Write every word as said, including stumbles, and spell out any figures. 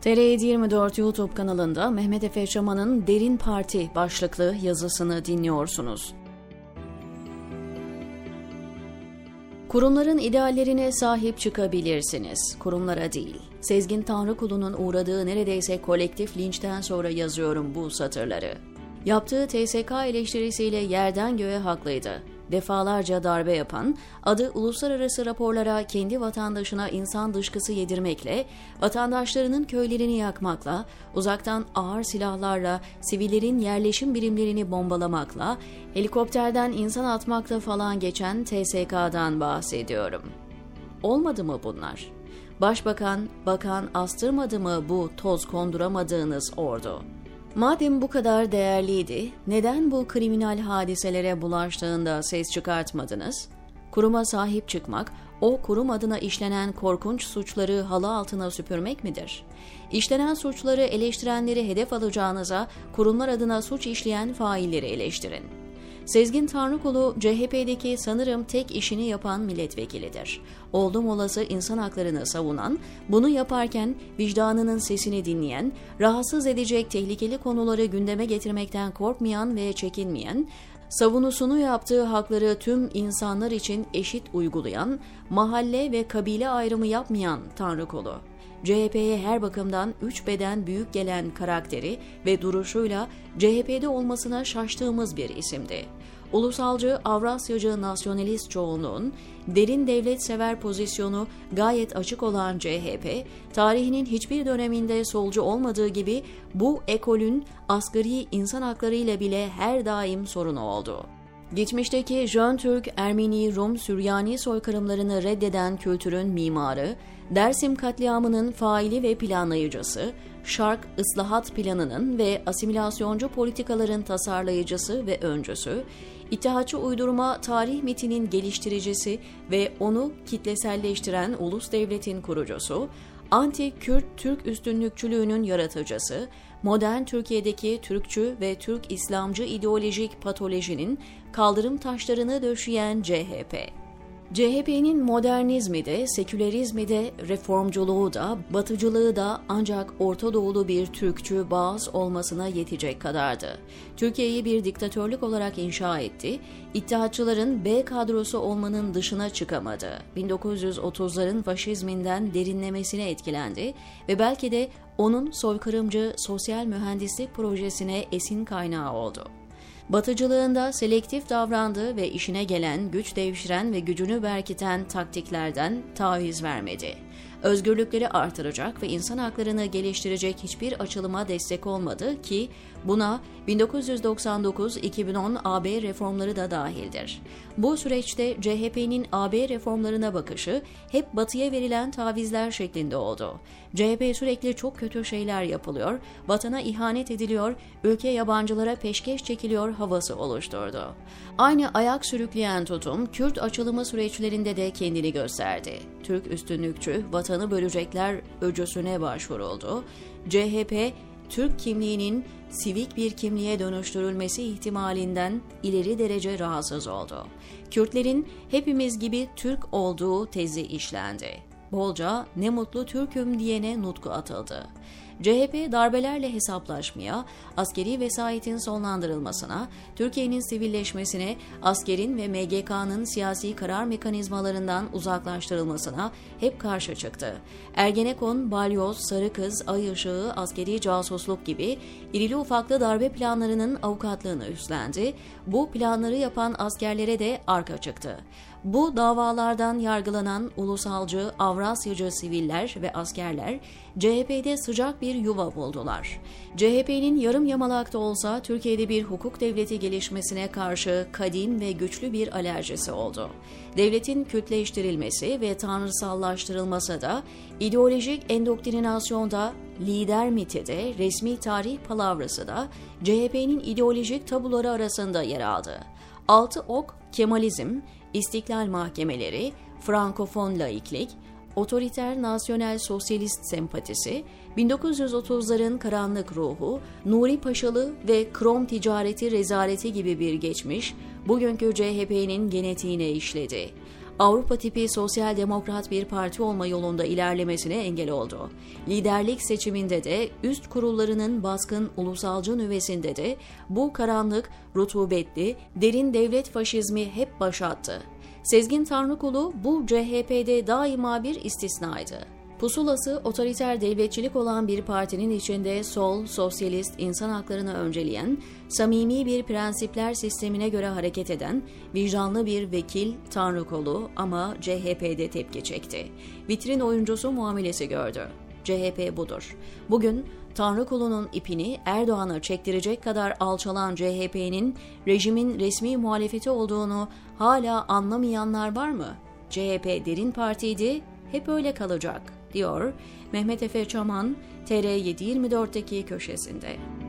T R yedi yirmi dört YouTube kanalında Mehmet Efe Çaman'ın Derin Parti başlıklı yazısını dinliyorsunuz. Kurumların ideallerine sahip çıkabilirsiniz, kurumlara değil. Sezgin Tanrıkulu'nun uğradığı neredeyse kolektif linçten sonra yazıyorum bu satırları. Yaptığı T S K eleştirisiyle yerden göğe haklıydı. Defalarca darbe yapan, adı uluslararası raporlara kendi vatandaşına insan dışkısı yedirmekle, vatandaşlarının köylerini yakmakla, uzaktan ağır silahlarla sivillerin yerleşim birimlerini bombalamakla, helikopterden insan atmakla falan geçen T S K'dan bahsediyorum. Olmadı mı bunlar? Başbakan, bakan astırmadı mı bu toz konduramadığınız ordu? Madem bu kadar değerliydi, neden bu kriminal hadiselere bulaştığında ses çıkartmadınız? Kuruma sahip çıkmak, o kurum adına işlenen korkunç suçları halı altına süpürmek midir? İşlenen suçları eleştirenleri hedef alacağınıza, kurumlar adına suç işleyen failleri eleştirin. Sezgin Tanrıkulu, C H P'deki sanırım tek işini yapan milletvekilidir. Oldum olası insan haklarını savunan, bunu yaparken vicdanının sesini dinleyen, rahatsız edecek tehlikeli konuları gündeme getirmekten korkmayan ve çekinmeyen, savunusunu yaptığı hakları tüm insanlar için eşit uygulayan, mahalle ve kabile ayrımı yapmayan Tanrıkulu. C H P'ye her bakımdan üç beden büyük gelen karakteri ve duruşuyla C H P'de olmasına şaştığımız bir isimdi. Ulusalcı, Avrasyacı nasyonalist çoğunluğun derin devletsever pozisyonu gayet açık olan C H P, tarihinin hiçbir döneminde solcu olmadığı gibi bu ekolün asgari insan haklarıyla bile her daim sorunu oldu. Geçmişteki Jön Türk, Ermeni, Rum, Süryani soykırımlarını reddeden kültürün mimarı, Dersim katliamının faili ve planlayıcısı, Şark ıslahat planının ve asimilasyoncu politikaların tasarlayıcısı ve öncüsü, İttihatçı uydurma tarih mitinin geliştiricisi ve onu kitleselleştiren ulus devletin kurucusu, anti-Kürt Türk üstünlükçülüğünün yaratıcısı, modern Türkiye'deki Türkçü ve Türk İslamcı ideolojik patolojinin kaldırım taşlarını döşeyen C H P. C H P'nin modernizmi de, sekülerizmi de, reformculuğu da, batıcılığı da ancak Orta Doğulu bir Türkçü bağız olmasına yetecek kadardı. Türkiye'yi bir diktatörlük olarak inşa etti, İttihatçıların B kadrosu olmanın dışına çıkamadı. bin dokuz yüz otuzların faşizminden derinlemesine etkilendi ve belki de onun soykırımcı sosyal mühendislik projesine esin kaynağı oldu. Batıcılığında selektif davrandı ve işine gelen, güç devşiren ve gücünü berkiten taktiklerden taviz vermedi. Özgürlükleri artıracak ve insan haklarını geliştirecek hiçbir açılıma destek olmadı ki buna bin dokuz yüz doksan dokuz iki bin on A B reformları da dahildir. Bu süreçte C H P'nin A B reformlarına bakışı hep batıya verilen tavizler şeklinde oldu. C H P sürekli çok kötü şeyler yapılıyor, vatana ihanet ediliyor, ülke yabancılara peşkeş çekiliyor havası oluşturdu. Aynı ayak sürükleyen tutum Kürt açılımı süreçlerinde de kendini gösterdi. Türk üstünlükçü, vatanı bölecekler öcüsüne başvuruldu. C H P, Türk kimliğinin sivik bir kimliğe dönüştürülmesi ihtimalinden ileri derece rahatsız oldu. Kürtlerin hepimiz gibi Türk olduğu tezi işlendi. Bolca ne mutlu Türk'üm diyene nutku atıldı. C H P darbelerle hesaplaşmaya, askeri vesayetin sonlandırılmasına, Türkiye'nin sivilleşmesine, askerin ve M G K'nın siyasi karar mekanizmalarından uzaklaştırılmasına hep karşı çıktı. Ergenekon, Balyoz, Sarı Kız, Ay Işığı, askeri casusluk gibi irili ufaklı darbe planlarının avukatlığını üstlendi. Bu planları yapan askerlere de arka çıktı. Bu davalardan yargılanan ulusalcı, Avrasyacı siviller ve askerler C H P'de sıcak bir yuva buldular. C H P'nin yarım yamalak da olsa Türkiye'de bir hukuk devleti gelişmesine karşı kadim ve güçlü bir alerjisi oldu. Devletin Kürtleştirilmesi ve tanrısallaştırılması da, ideolojik endoktrinasyonda, lider miti de, resmi tarih palavrası da C H P'nin ideolojik tabuları arasında yer aldı. Altı ok, Kemalizm, İstiklal mahkemeleri, Frankofon laiklik, otoriter nasyonel sosyalist sempatisi, bin dokuz yüz otuzların karanlık ruhu, Nuri Paşalı ve krom ticareti rezaleti gibi bir geçmiş, bugünkü C H P'nin genetiğine işledi. Avrupa tipi sosyal demokrat bir parti olma yolunda ilerlemesine engel oldu. Liderlik seçiminde de üst kurullarının baskın ulusalcı nüvesinde de bu karanlık, rutubetli, derin devlet faşizmi hep baş attı. Sezgin Tanrıkulu bu C H P'de daima bir istisnaydı. Pusulası otoriter devletçilik olan bir partinin içinde sol, sosyalist, insan haklarını önceleyen, samimi bir prensipler sistemine göre hareket eden, vicdanlı bir vekil Tanrıkulu ama C H P'de tepki çekti. Vitrin oyuncusu muamelesi gördü. C H P budur. Bugün Tanrıkulu'nun ipini Erdoğan'a çektirecek kadar alçalan C H P'nin rejimin resmi muhalefeti olduğunu hala anlamayanlar var mı? C H P derin partiydi, hep öyle kalacak, diyor Mehmet Efe Çaman, T R yedi yirmi dörtteki köşesinde.